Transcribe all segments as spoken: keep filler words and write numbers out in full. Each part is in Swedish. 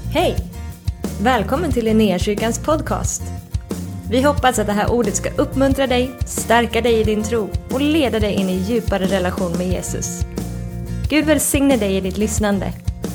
Hej! Välkommen till Linnéakyrkans podcast. Vi hoppas att det här ordet ska uppmuntra dig, stärka dig i din tro och leda dig in i djupare relation med Jesus. Gud välsigne dig i ditt lyssnande.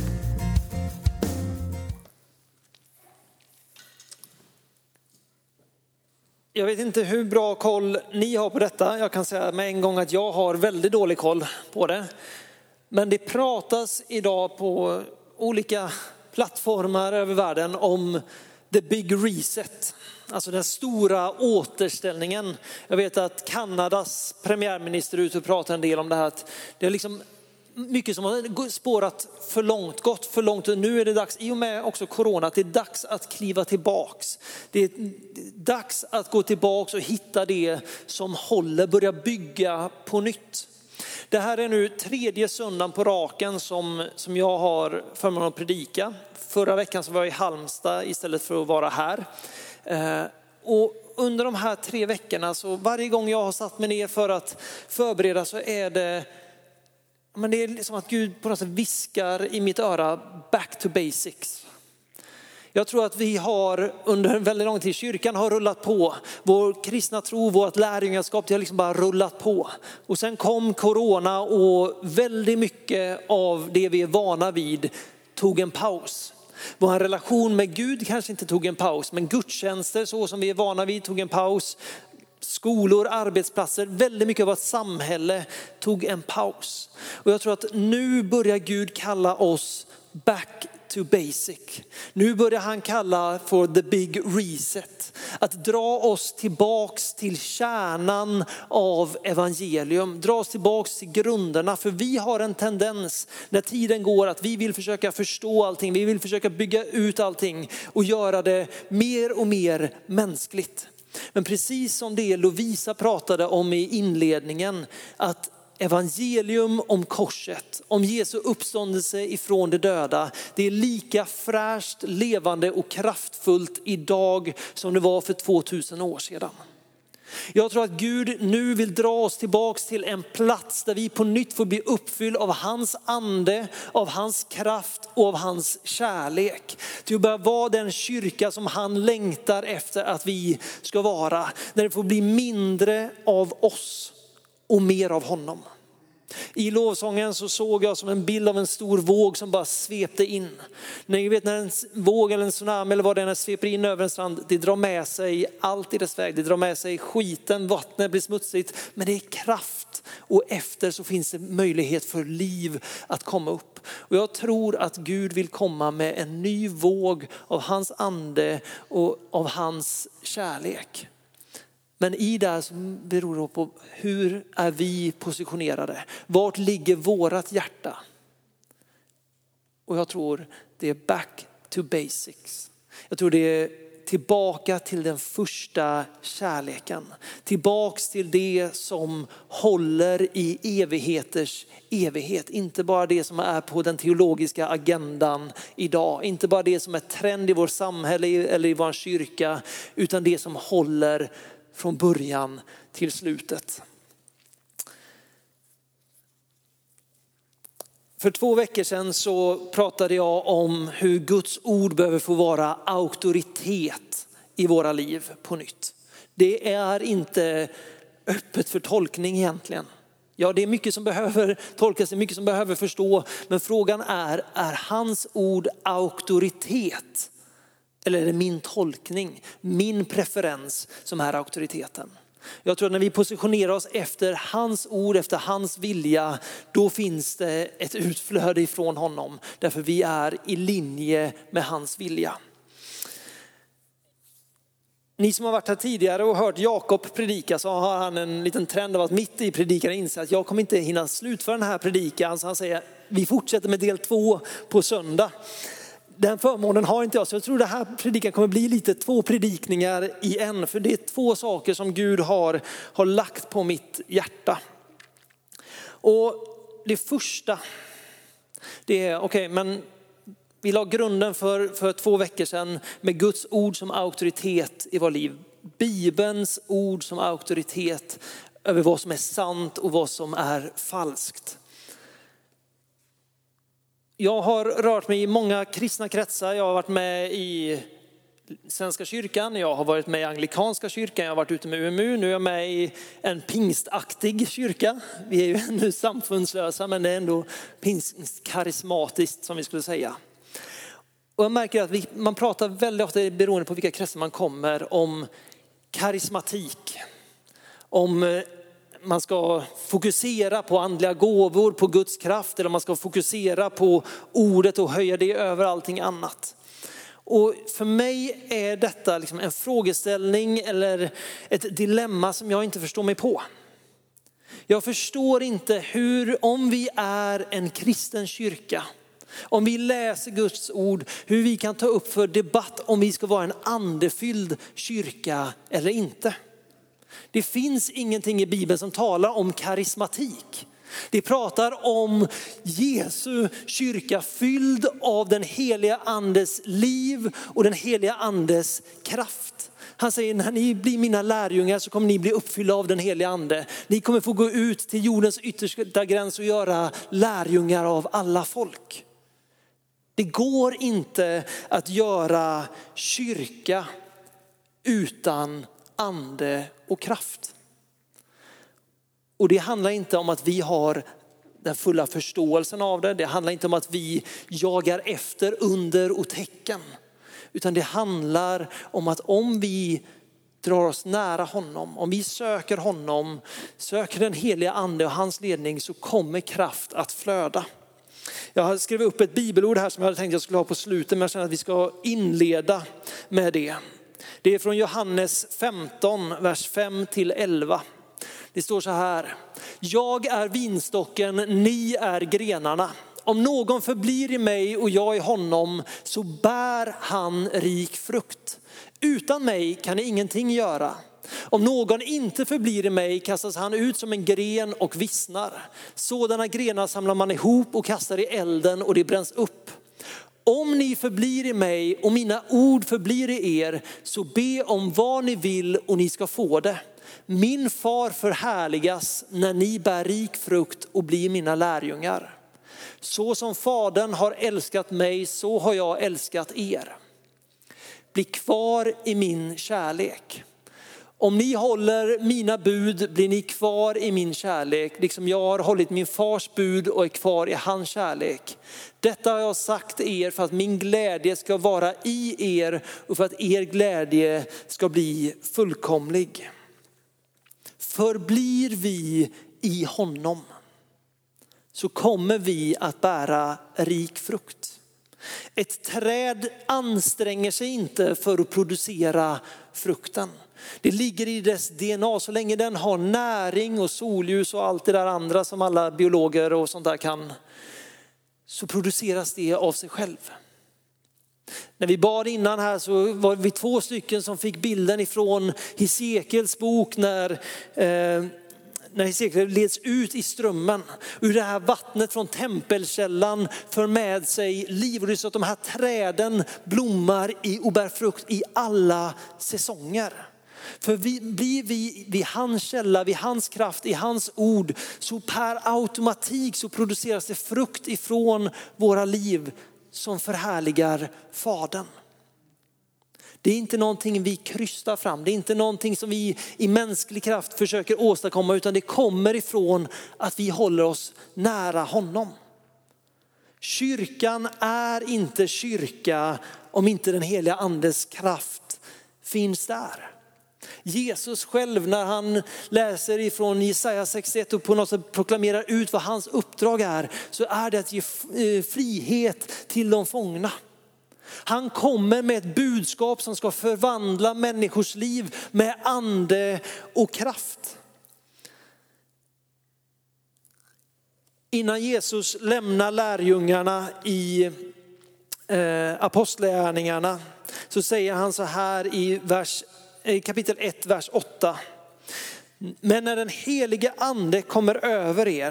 Jag vet inte hur bra koll ni har på detta. Jag kan säga med en gång att jag har väldigt dålig koll på det. Men det pratas idag på olika plattformar över världen om the big reset. Alltså den stora återställningen. Jag vet att Kanadas premiärminister är ute och pratar en del om det här. Att det är liksom mycket som har spårat för långt, gått för långt. Och nu är det dags, i och med också corona, att det är dags att kliva tillbaks. Det är dags att gå tillbaks och hitta det som håller, börja bygga på nytt. Det här är nu tredje söndagen på raken som, som jag har förmånen att predika. Förra veckan så var jag i Halmstad istället för att vara här. Eh, och under de här tre veckorna så varje gång jag har satt mig ner för att förbereda så är det, men det är som att Gud på något sätt viskar i mitt öra, back to basics. Jag tror att vi har under en väldigt lång tid, kyrkan har rullat på. Vår kristna tro, vårt lärjungaskap, det har liksom bara rullat på. Och sen kom corona och väldigt mycket av det vi är vana vid tog en paus. Vår relation med Gud kanske inte tog en paus, men gudstjänster så som vi är vana vid tog en paus. Skolor, arbetsplatser, väldigt mycket av vårt samhälle tog en paus. Och jag tror att nu börjar Gud kalla oss back to basic. Nu börjar han kalla för the big reset. Att dra oss tillbaks till kärnan av evangelium. Dra oss tillbaks till grunderna. För vi har en tendens när tiden går att vi vill försöka förstå allting. Vi vill försöka bygga ut allting och göra det mer och mer mänskligt. Men precis som det Lovisa pratade om i inledningen, att evangelium om korset, om Jesu uppståndelse ifrån de döda, det är lika fräscht, levande och kraftfullt idag som det var för tvåtusen år sedan. Jag tror att Gud nu vill dra oss tillbaks till en plats där vi på nytt får bli uppfylld av hans ande, av hans kraft och av hans kärlek. Till att börja vara den kyrka som han längtar efter att vi ska vara. När det får bli mindre av oss och mer av honom. I lovsången så såg jag som en bild av en stor våg som bara svepte in. När ni vet när en våg eller en tsunami eller vad det är sveper in över en strand, det drar med sig allt i dess väg. Det drar med sig skiten, vattnet blir smutsigt, men det är kraft. Och efter så finns det möjlighet för liv att komma upp. Och jag tror att Gud vill komma med en ny våg av hans ande och av hans kärlek. Men i det så beror det på hur är vi positionerade? Vart ligger vårat hjärta? Och jag tror det är back to basics. Jag tror det är tillbaka till den första kärleken. Tillbaks till det som håller i evigheters evighet. Inte bara det som är på den teologiska agendan idag. Inte bara det som är trend i vårt samhälle eller i vår kyrka. Utan det som håller från början till slutet. För två veckor sedan så pratade jag om hur Guds ord behöver få vara auktoritet i våra liv på nytt. Det är inte öppet för tolkning egentligen. Ja, det är mycket som behöver tolkas, det är mycket som behöver förstå. Men frågan är, är hans ord auktoritet? Eller är det min tolkning, min preferens som är auktoriteten? Jag tror att när vi positionerar oss efter hans ord, efter hans vilja, då finns det ett utflöde ifrån honom. Därför vi är i linje med hans vilja. Ni som har varit här tidigare och hört Jakob predika, så har han en liten trend av att mitt i predikan inse att jag kommer inte hinna slutföra den här predikan. Så han säger, vi fortsätter med del två på söndag. Den förmånen har inte jag, så jag tror det här predikan kommer bli lite två predikningar i en. För det är två saker som Gud har, har lagt på mitt hjärta. Och det första, det är okej, okay, men vi la grunden för, för två veckor sedan med Guds ord som auktoritet i vår liv. Bibelns ord som auktoritet över vad som är sant och vad som är falskt. Jag har rört mig i många kristna kretsar. Jag har varit med i Svenska kyrkan, jag har varit med i Anglikanska kyrkan, jag har varit ute med U M U, nu är jag med i en pingstaktig kyrka. Vi är ju nu samfundslösa, men det är ändå pingstkarismatiskt som vi skulle säga. Och jag märker att vi, man pratar väldigt ofta, beroende på vilka kretsar man kommer, om karismatik. Om man ska fokusera på andliga gåvor, på Guds kraft, eller om man ska fokusera på ordet och höja det över allting annat. Och för mig är detta liksom en frågeställning eller ett dilemma som jag inte förstår mig på. Jag förstår inte hur, om vi är en kristen kyrka, om vi läser Guds ord, hur vi kan ta upp för debatt om vi ska vara en andefylld kyrka eller inte. Det finns ingenting i Bibeln som talar om karismatik. Det pratar om Jesu kyrka fylld av den heliga andes liv och den heliga andes kraft. Han säger, när ni blir mina lärjungar så kommer ni bli uppfyllda av den heliga ande. Ni kommer få gå ut till jordens yttersta gräns och göra lärjungar av alla folk. Det går inte att göra kyrka utan ande och kraft. Och det handlar inte om att vi har den fulla förståelsen av det. Det handlar inte om att vi jagar efter under och tecken. Utan det handlar om att om vi drar oss nära honom, om vi söker honom, söker den heliga ande och hans ledning, så kommer kraft att flöda. Jag har skrivit upp ett bibelord här som jag hade tänkt att jag skulle ha på slutet, men jag känner att vi ska inleda med det. Det är från Johannes femton, vers fem till elva. Det står så här: jag är vinstocken, ni är grenarna. Om någon förblir i mig och jag i honom, så bär han rik frukt. Utan mig kan ni ingenting göra. Om någon inte förblir i mig kastas han ut som en gren och vissnar. Sådana grenar samlar man ihop och kastar i elden och det bränns upp. Om ni förblir i mig och mina ord förblir i er, så be om vad ni vill och ni ska få det. Min far förhärligas när ni bär rik frukt och blir mina lärjungar. Så som fadern har älskat mig, så har jag älskat er. Bli kvar i min kärlek. Om ni håller mina bud blir ni kvar i min kärlek, liksom jag har hållit min fars bud och är kvar i hans kärlek. Detta har jag sagt er för att min glädje ska vara i er och för att er glädje ska bli fullkomlig. Förblir vi i honom, så kommer vi att bära rik frukt. Ett träd anstränger sig inte för att producera frukten. Det ligger i dess D N A, så länge den har näring och solljus och allt det där andra som alla biologer och sånt där kan, så produceras det av sig själv. När vi bad innan här så var vi två stycken som fick bilden ifrån Hesekiels bok när, eh, när Hesekiel leds ut i strömmen. Ur det här vattnet från tempelkällan för med sig liv. Och det är så att de här träden blommar i och bär frukt i alla säsonger. För vi, blir vi vid hans källa, vid hans kraft, i hans ord, så per automatik så produceras det frukt ifrån våra liv som förhärligar Fadern. Det är inte någonting vi krystar fram. Det är inte någonting som vi i mänsklig kraft försöker åstadkomma, utan det kommer ifrån att vi håller oss nära honom. Kyrkan är inte kyrka om inte den heliga andes kraft finns där. Jesus själv, när han läser ifrån Jesaja sextioett och på något sätt proklamerar ut vad hans uppdrag är, så är det att ge frihet till de fångna. Han kommer med ett budskap som ska förvandla människors liv med ande och kraft. Innan Jesus lämnar lärjungarna i eh, apostlagärningarna, så säger han så här i vers kapitel ett, vers åtta. Men när den helige ande kommer över er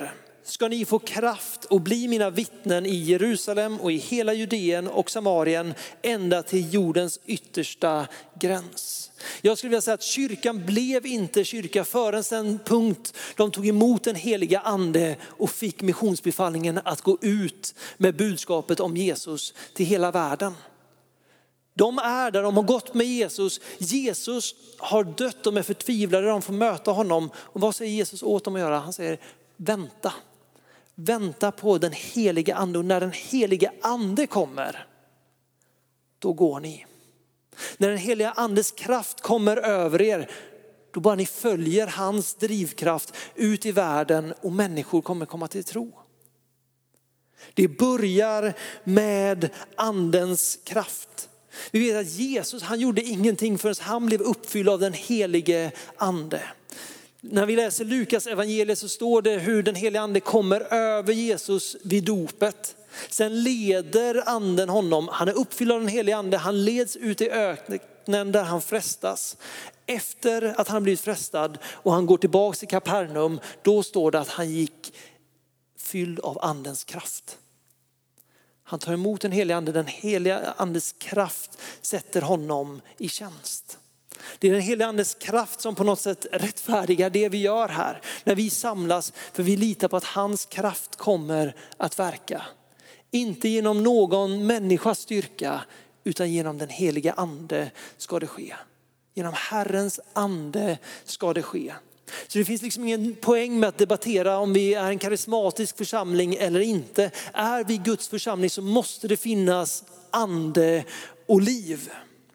ska ni få kraft och bli mina vittnen i Jerusalem och i hela Judeen och Samarien ända till jordens yttersta gräns. Jag skulle vilja säga att kyrkan blev inte kyrka förrän den punkt de tog emot den heliga ande och fick missionsbefallningen att gå ut med budskapet om Jesus till hela världen. De är där, de har gått med Jesus. Jesus har dött, de är förtvivlade, de får möta honom. Och vad säger Jesus åt dem att göra? Han säger vänta. Vänta på den heliga ande, och när den heliga ande kommer, då går ni. När den heliga andes kraft kommer över er, då bara ni följer hans drivkraft ut i världen och människor kommer komma till tro. Det börjar med andens kraft. Vi vet att Jesus, han gjorde ingenting förrän han blev uppfylld av den helige ande. När vi läser Lukas evangeliet så står det hur den helige ande kommer över Jesus vid dopet. Sen leder anden honom, han är uppfylld av den helige ande, han leds ut i öknen där han frestas. Efter att han har blivit frestad och han går tillbaka till Kapernaum, då står det att han gick fylld av andens kraft. Han tar emot den helige ande, den heliga andes kraft sätter honom i tjänst. Det är den heliga andes kraft som på något sätt rättfärdigar det vi gör här. När vi samlas, för vi litar på att hans kraft kommer att verka. Inte genom någon människas styrka, utan genom den heliga ande ska det ske. Genom Herrens ande ska det ske. Så det finns liksom ingen poäng med att debattera om vi är en karismatisk församling eller inte. Är vi Guds församling så måste det finnas ande och liv.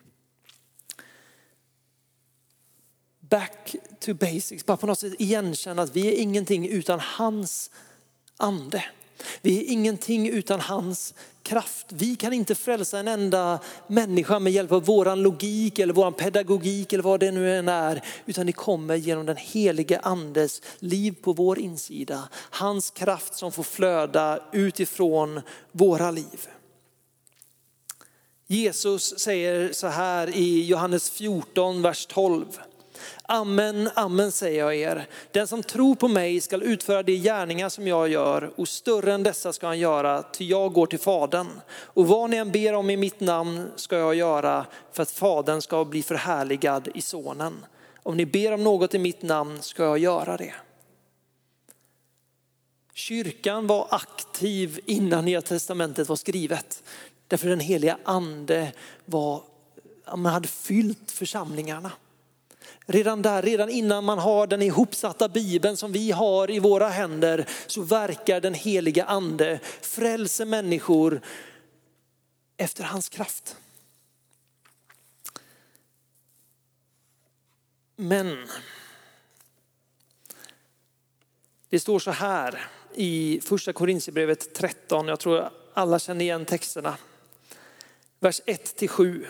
Back to basics, bara på något sätt igenkänna att vi är ingenting utan hans ande. Vi är ingenting utan hans kraft. Vi kan inte frälsa en enda människa med hjälp av våran logik eller våran pedagogik eller vad det nu än är. Utan det kommer genom den helige andes liv på vår insida. Hans kraft som får flöda utifrån våra liv. Jesus säger så här i Johannes fjorton, vers tolv. Amen, amen säger jag er. Den som tror på mig ska utföra de gärningar som jag gör, och större än dessa ska han göra, ty jag går till Fadern. Och vad ni än ber om i mitt namn ska jag göra, för att Fadern ska bli förhärligad i Sonen. Om ni ber om något i mitt namn ska jag göra det. Kyrkan var aktiv innan Nya testamentet var skrivet. Därför den heliga ande var, man hade fyllt församlingarna. Redan där, redan innan man har den ihopsatta Bibeln som vi har i våra händer, så verkar den heliga ande frälsa människor efter hans kraft. Men det står så här i första Korinthierbrevet tretton, jag tror alla känner igen texterna. Vers ett till sju.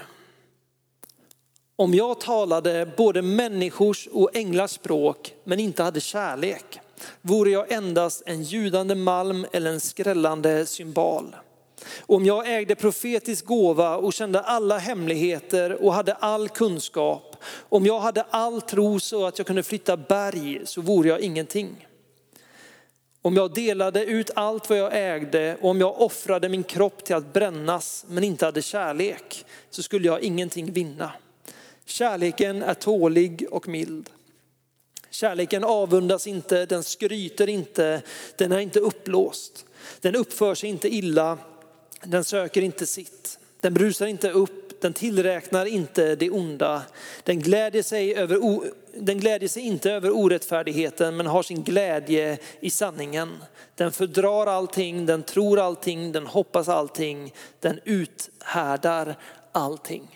Om jag talade både människors och änglars språk men inte hade kärlek, vore jag endast en ljudande malm eller en skrällande cymbal. Om jag ägde profetisk gåva och kände alla hemligheter och hade all kunskap, om jag hade all tro så att jag kunde flytta berg, så vore jag ingenting. Om jag delade ut allt vad jag ägde och om jag offrade min kropp till att brännas men inte hade kärlek, så skulle jag ingenting vinna. Kärleken är tålig och mild. Kärleken avundas inte, den skryter inte, den är inte uppblåst. Den uppför sig inte illa, den söker inte sitt. Den brusar inte upp, den tillräknar inte det onda. Den glädjer sig, över o, den glädjer sig inte över orättfärdigheten, men har sin glädje i sanningen. Den fördrar allting, den tror allting, den hoppas allting, den uthärdar allting.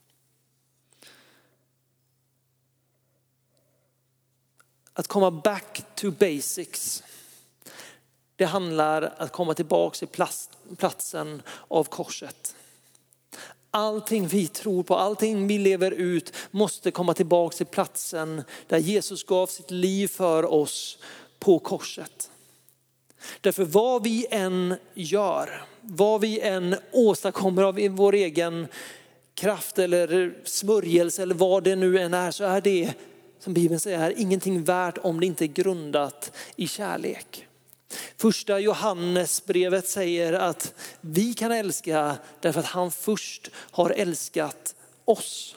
Att komma back to basics. Det handlar om att komma tillbaka till platsen av korset. Allting vi tror på, allting vi lever ut måste komma tillbaka till platsen där Jesus gav sitt liv för oss på korset. Därför vad vi än gör, vad vi än åstadkommer av vår egen kraft eller smörjelse eller vad det nu än är, så är det, som Bibeln säger, är ingenting värt om det inte är grundat i kärlek. Första Johannesbrevet säger att vi kan älska därför att han först har älskat oss.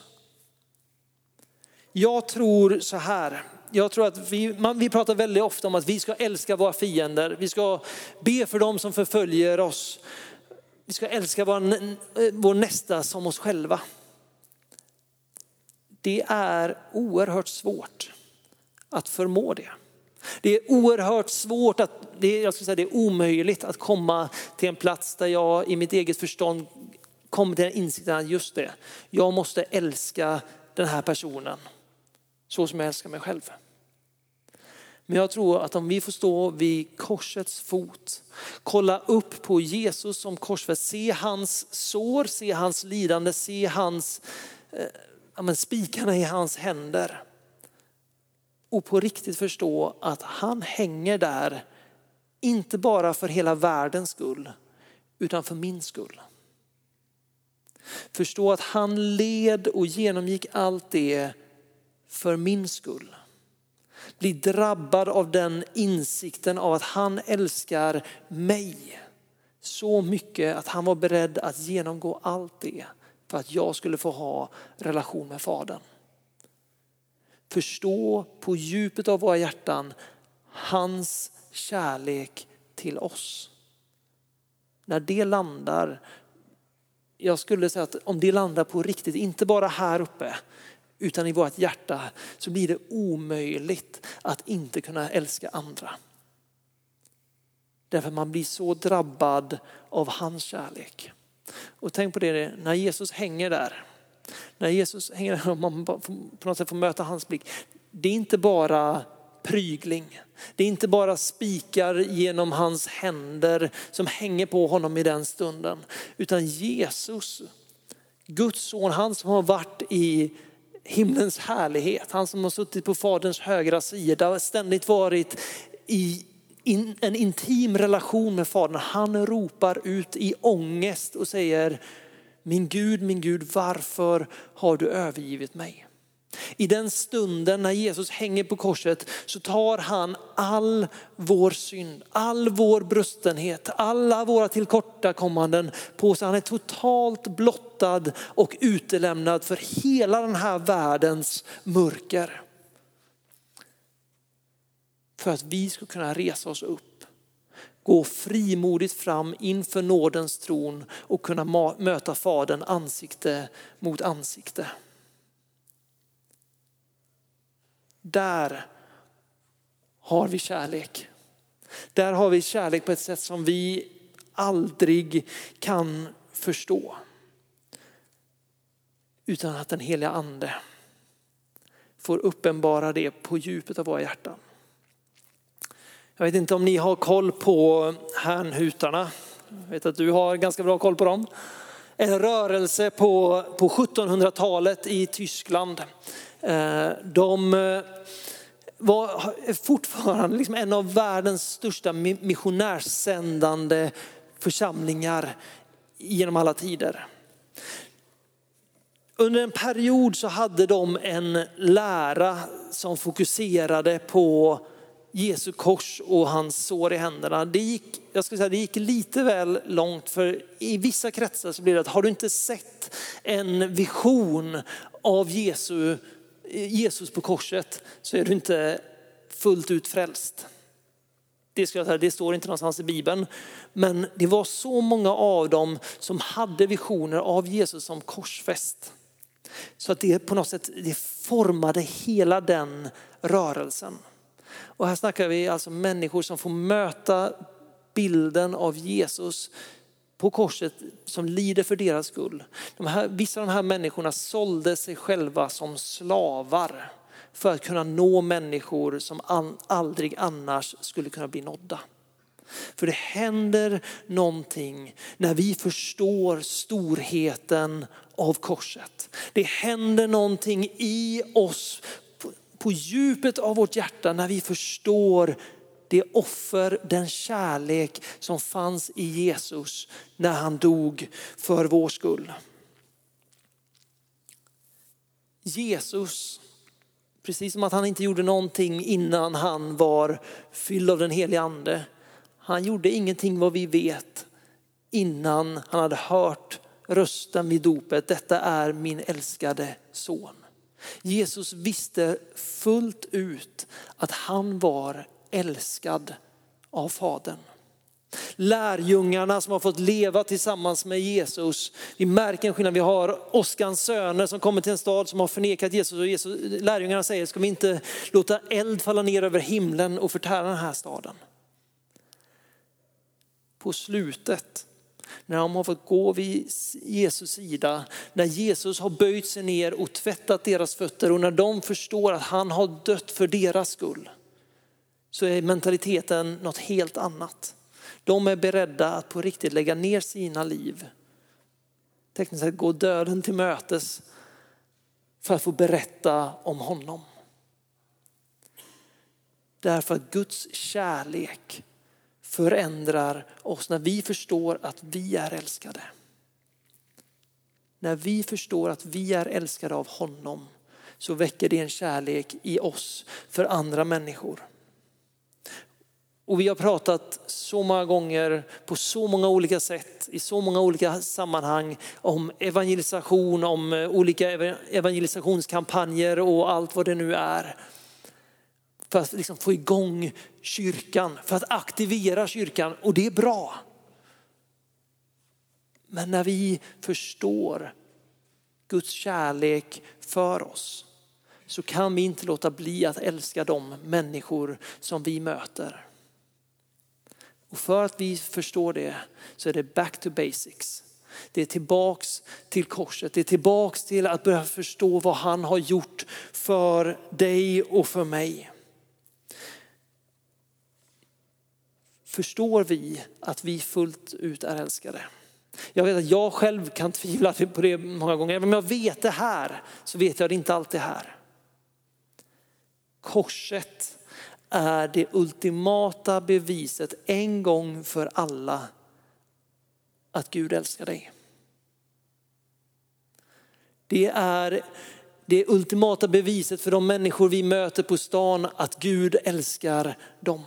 Jag tror så här. Jag tror att vi, man, vi pratar väldigt ofta om att vi ska älska våra fiender. Vi ska be för dem som förföljer oss. Vi ska älska vår, vår nästa som oss själva. Det är oerhört svårt att förmå det. Det är oerhört svårt, att, det är, jag skulle säga det är omöjligt att komma till en plats där jag i mitt eget förstånd kommer till en insikt att just det. Jag måste älska den här personen så som jag älskar mig själv. Men jag tror att om vi får stå vid korsets fot, kolla upp på Jesus som korsfäst, se hans sår, se hans lidande, se hans eh, ja, men spikarna i hans händer. Och på riktigt förstå att han hänger där, inte bara för hela världens skull, utan för min skull. Förstå att han led och genomgick allt det för min skull. Bli drabbad av den insikten av att han älskar mig så mycket att han var beredd att genomgå allt det för att jag skulle få ha relation med Fadern. Förstå på djupet av våra hjärtan hans kärlek till oss. När det landar, jag skulle säga att om det landar på riktigt, inte bara här uppe utan i vårt hjärta, så blir det omöjligt att inte kunna älska andra. Därför man blir så drabbad av hans kärlek. Och tänk på det, när Jesus hänger där. När Jesus hänger där och man på något sätt får möta hans blick. Det är inte bara prygling. Det är inte bara spikar genom hans händer som hänger på honom i den stunden. Utan Jesus, Guds son, han som har varit i himlens härlighet. Han som har suttit på Faderns högra sida, ständigt varit i in, en intim relation med Fadern. Han ropar ut i ångest och säger: min Gud, min Gud, varför har du övergivit mig? I den stunden när Jesus hänger på korset så tar han all vår synd, all vår brustenhet, alla våra tillkortakommanden på sig. Han är totalt blottad och utelämnad för hela den här världens mörker. För att vi ska kunna resa oss upp, gå frimodigt fram inför nådens tron och kunna möta Fadern ansikte mot ansikte. Där har vi kärlek. Där har vi kärlek på ett sätt som vi aldrig kan förstå. Utan att den heliga ande får uppenbara det på djupet av våra hjärtan. Jag vet inte om ni har koll på Herrnhutarna. Jag vet att du har ganska bra koll på dem. En rörelse på, på sjuttonhundratalet i Tyskland. De var fortfarande liksom en av världens största missionärssändande församlingar genom alla tider. Under en period så hade de en lära som fokuserade på Jesu kors och hans sår i händerna. Det gick, jag skulle säga, det gick lite väl långt, för i vissa kretsar så blir det att har du inte sett en vision av Jesu, Jesus på korset så är du inte fullt ut frälst. Det, ska jag säga, det står inte någonstans i Bibeln. Men det var så många av dem som hade visioner av Jesus som korsfäst. Så att det på något sätt det formade hela den rörelsen. Och här snackar vi alltså människor som får möta bilden av Jesus på korset som lider för deras skull. De här, vissa av de här människorna sålde sig själva som slavar för att kunna nå människor som an, aldrig annars skulle kunna bli nådda. För det händer någonting när vi förstår storheten av korset. Det händer någonting i oss på, på djupet av vårt hjärta när vi förstår det offer, den kärlek som fanns i Jesus när han dog för vår skull. Jesus, precis som att han inte gjorde någonting innan han var fylld av den heliga ande. Han gjorde ingenting vad vi vet innan han hade hört rösten vid dopet. Detta är min älskade son. Jesus visste fullt ut att han var älskad av Fadern. Lärjungarna som har fått leva tillsammans med Jesus. Vi märker en skillnad. Vi har Oskans söner som kommer till en stad som har förnekat Jesus. Och Jesus, lärjungarna säger, ska vi inte låta eld falla ner över himlen och förtära den här staden? På slutet, när de har fått gå vid Jesus sida, när Jesus har böjt sig ner och tvättat deras fötter och när de förstår att han har dött för deras skull, så är mentaliteten något helt annat. De är beredda att på riktigt lägga ner sina liv. Tekniskt sett gå döden till mötes för att få berätta om honom. Därför att Guds kärlek förändrar oss när vi förstår att vi är älskade. När vi förstår att vi är älskade av honom, så väcker det en kärlek i oss för andra människor. Och vi har pratat så många gånger på så många olika sätt i så många olika sammanhang om evangelisation, om olika evangelisationskampanjer och allt vad det nu är. För att liksom få igång kyrkan, för att aktivera kyrkan, och det är bra. Men när vi förstår Guds kärlek för oss, så kan vi inte låta bli att älska de människor som vi möter. Och för att vi förstår det, så är det back to basics. Det är tillbaks till korset. Det är tillbaks till att börja förstå vad han har gjort för dig och för mig. Förstår vi att vi fullt ut är älskade? Jag vet att jag själv kan tvivla på det många gånger. Även om jag vet det här, så vet jag det inte alltid här. Korset är det ultimata beviset en gång för alla att Gud älskar dig. Det är det ultimata beviset för de människor vi möter på stan att Gud älskar dem.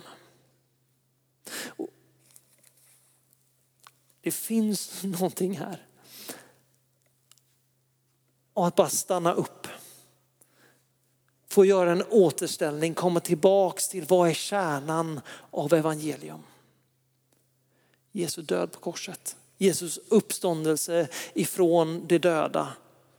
Det finns någonting här. Och att bara stanna upp. Få göra en återställning, komma tillbaks till vad är kärnan av evangelium. Jesu död på korset. Jesus uppståndelse ifrån de döda.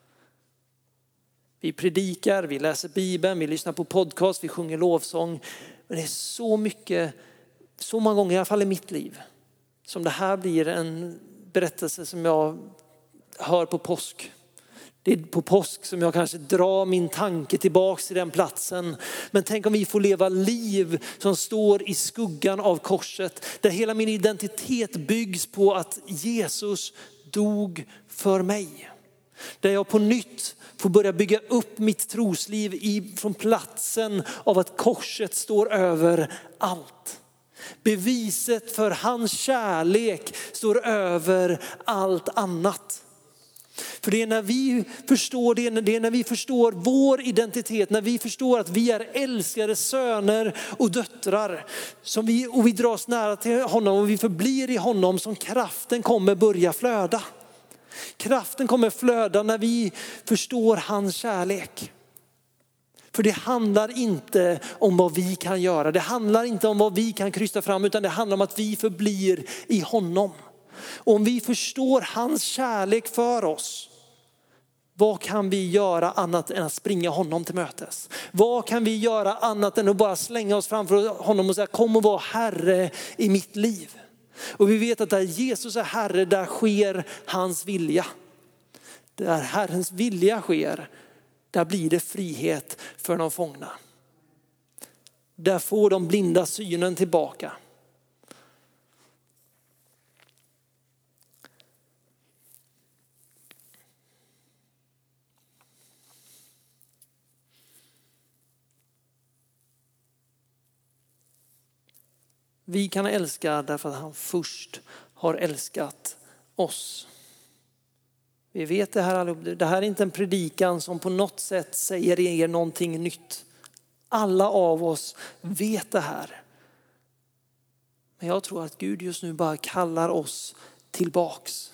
Vi predikar, vi läser Bibeln, vi lyssnar på podcast, vi sjunger lovsång. Men det är så mycket, så många gånger i alla fall i mitt liv, som det här blir en berättelse som jag hör på påsk. Det är på påsk som jag kanske drar min tanke tillbaks till den platsen. Men tänk om vi får leva liv som står i skuggan av korset. Där hela min identitet byggs på att Jesus dog för mig. Där jag på nytt får börja bygga upp mitt trosliv i, från platsen av att korset står över allt. Beviset för hans kärlek står över allt annat. För det är när vi förstår det, det är när vi förstår vår identitet, när vi förstår att vi är älskade söner och döttrar, som vi, och vi dras nära till honom och vi förblir i honom, som kraften kommer börja flöda. Kraften kommer flöda när vi förstår hans kärlek. För det handlar inte om vad vi kan göra. Det handlar inte om vad vi kan krysta fram, utan det handlar om att vi förblir i honom. Och om vi förstår hans kärlek för oss, vad kan vi göra annat än att springa honom till mötes? Vad kan vi göra annat än att bara slänga oss framför honom och säga, kom och var herre i mitt liv? Och vi vet att där Jesus är herre, där sker hans vilja. Där Herrens vilja sker, där blir det frihet för de fångna. Där får de blinda synen tillbaka. Vi kan älska därför att han först har älskat oss. Vi vet det här allihop. Det här är inte en predikan som på något sätt säger er någonting nytt. Alla av oss vet det här. Men jag tror att Gud just nu bara kallar oss tillbaks.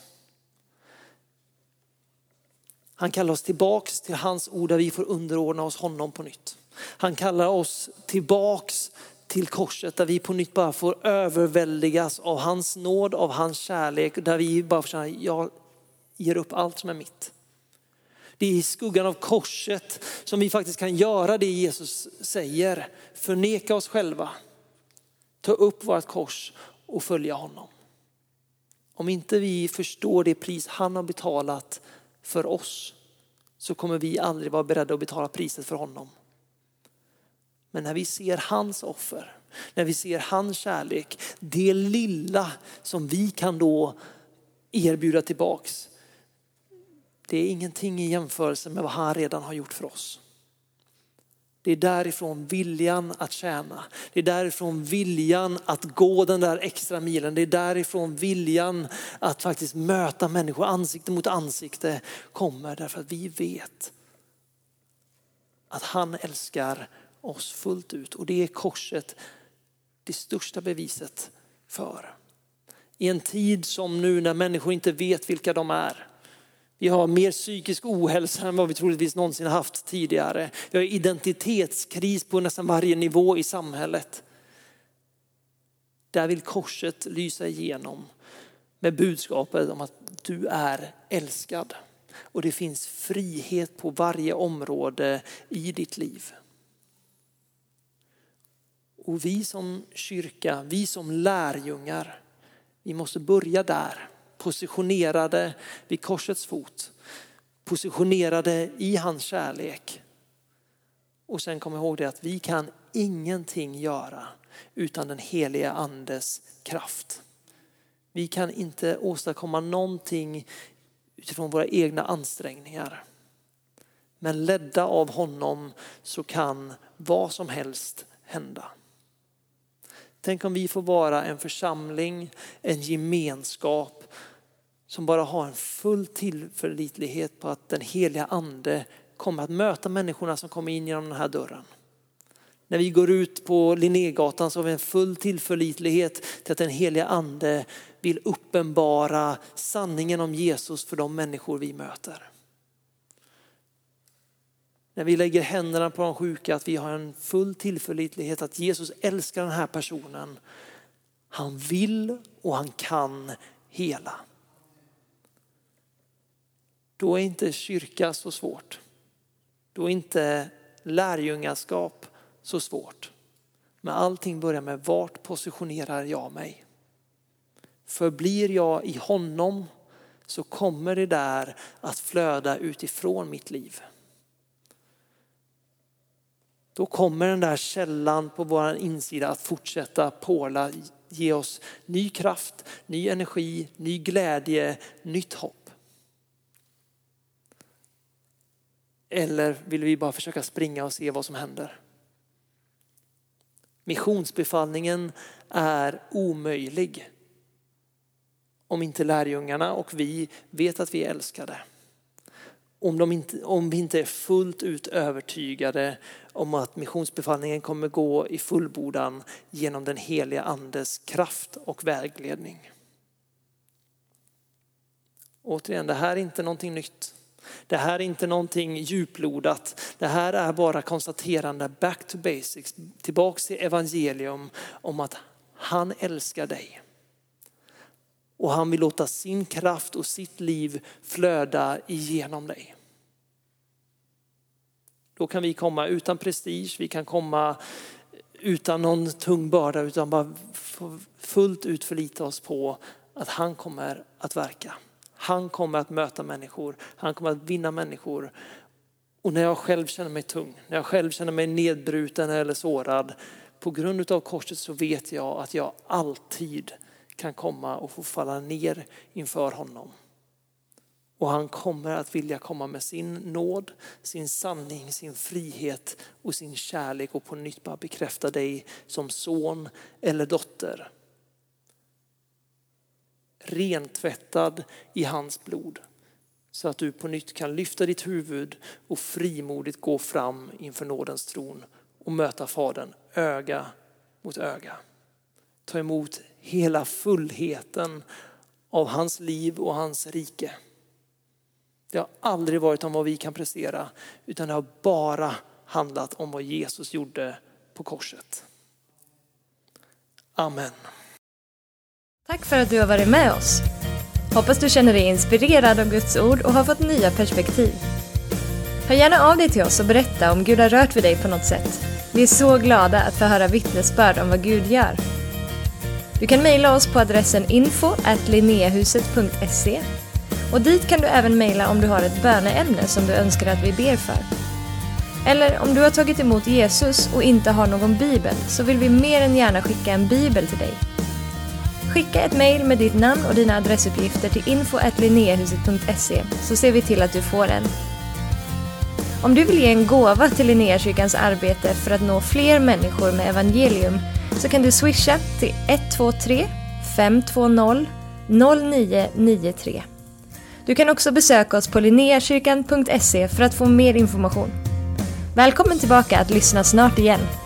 Han kallar oss tillbaks till hans ord där vi får underordna oss honom på nytt. Han kallar oss tillbaks till korset där vi på nytt bara får överväldigas av hans nåd, av hans kärlek. Där vi bara får känna, jag ger upp allt som är mitt. Det är i skuggan av korset som vi faktiskt kan göra det Jesus säger. Förneka oss själva. Ta upp vårt kors och följa honom. Om inte vi förstår det pris han har betalat för oss så kommer vi aldrig vara beredda att betala priset för honom. Men när vi ser hans offer, när vi ser hans kärlek, det lilla som vi kan då erbjuda tillbaks, det är ingenting i jämförelse med vad han redan har gjort för oss. Det är därifrån viljan att tjäna. Det är därifrån viljan att gå den där extra milen. Det är därifrån viljan att faktiskt möta människor ansikte mot ansikte kommer. Därför att vi vet att han älskar oss fullt ut. Och det är korset det största beviset för. I en tid som nu när människor inte vet vilka de är. Vi har mer psykisk ohälsa än vad vi troligtvis någonsin haft tidigare. Vi har identitetskris på nästan varje nivå i samhället. Där vill korset lysa igenom med budskapet om att du är älskad. Och det finns frihet på varje område i ditt liv. Och vi som kyrka, vi som lärjungar, vi måste börja där. Positionerade vid korsets fot. Positionerade i hans kärlek. Och sen kom ihåg det att vi kan ingenting göra utan den heliga andes kraft. Vi kan inte åstadkomma någonting utifrån våra egna ansträngningar. Men ledda av honom så kan vad som helst hända. Tänk om vi får vara en församling, en gemenskap som bara har en full tillförlitlighet på att den heliga ande kommer att möta människorna som kommer in genom den här dörren. När vi går ut på Linnégatan så har vi en full tillförlitlighet till att den heliga ande vill uppenbara sanningen om Jesus för de människor vi möter. När vi lägger händerna på de sjuka att vi har en full tillförlitlighet att Jesus älskar den här personen. Han vill och han kan hela. Då är inte kyrka så svårt. Då är inte lärjungaskap så svårt. Men allting börjar med vart positionerar jag mig? För blir jag i honom så kommer det där att flöda utifrån mitt liv. Då kommer den där källan på vår insida att fortsätta porla, ge oss ny kraft, ny energi, ny glädje, nytt hopp. Eller vill vi bara försöka springa och se vad som händer? Missionsbefallningen är omöjlig om inte lärjungarna och vi vet att vi är älskade. Om, de inte, om vi inte är fullt ut övertygade om att missionsbefallningen kommer gå i fullbordan genom den heliga andes kraft och vägledning. Återigen, det här är inte någonting nytt. Det här är inte någonting djuplodat. Det här är bara konstaterande back to basics. Tillbaks till evangelium om att han älskar dig. Och han vill låta sin kraft och sitt liv flöda igenom dig. Då kan vi komma utan prestige. Vi kan komma utan någon tung börda. Utan bara fullt ut förlita oss på att han kommer att verka. Han kommer att möta människor. Han kommer att vinna människor. Och när jag själv känner mig tung. När jag själv känner mig nedbruten eller sårad. På grund av korset så vet jag att jag alltid kan komma och få falla ner inför honom. Och han kommer att vilja komma med sin nåd, sin sanning, sin frihet och sin kärlek och på nytt bara bekräfta dig som son eller dotter. Rentvättad i hans blod. Så att du på nytt kan lyfta ditt huvud och frimodigt gå fram inför nådens tron och möta Fadern öga mot öga. Ta emot hela fullheten av hans liv och hans rike. Det har aldrig varit om vad vi kan prestera, utan det har bara handlat om vad Jesus gjorde på korset. Amen. Tack för att du har varit med oss. Hoppas du känner dig inspirerad av Guds ord och har fått nya perspektiv. Hör gärna av dig till oss och berätta om Gud har rört vid dig på något sätt. Vi är så glada att få höra vittnesbörd om vad Gud gör. Du kan mejla oss på adressen info at linneahuset punkt se och dit kan du även mejla om du har ett böneämne som du önskar att vi ber för. Eller om du har tagit emot Jesus och inte har någon bibel, så vill vi mer än gärna skicka en bibel till dig. Skicka ett mejl med ditt namn och dina adressuppgifter till info at linneahuset punkt se så ser vi till att du får en. Om du vill ge en gåva till Linneakyrkans arbete för att nå fler människor med evangelium, så kan du swisha till ett två tre fem två noll noll nio nio tre. Du kan också besöka oss på linneakyrkan punkt se för att få mer information. Välkommen tillbaka att lyssna snart igen.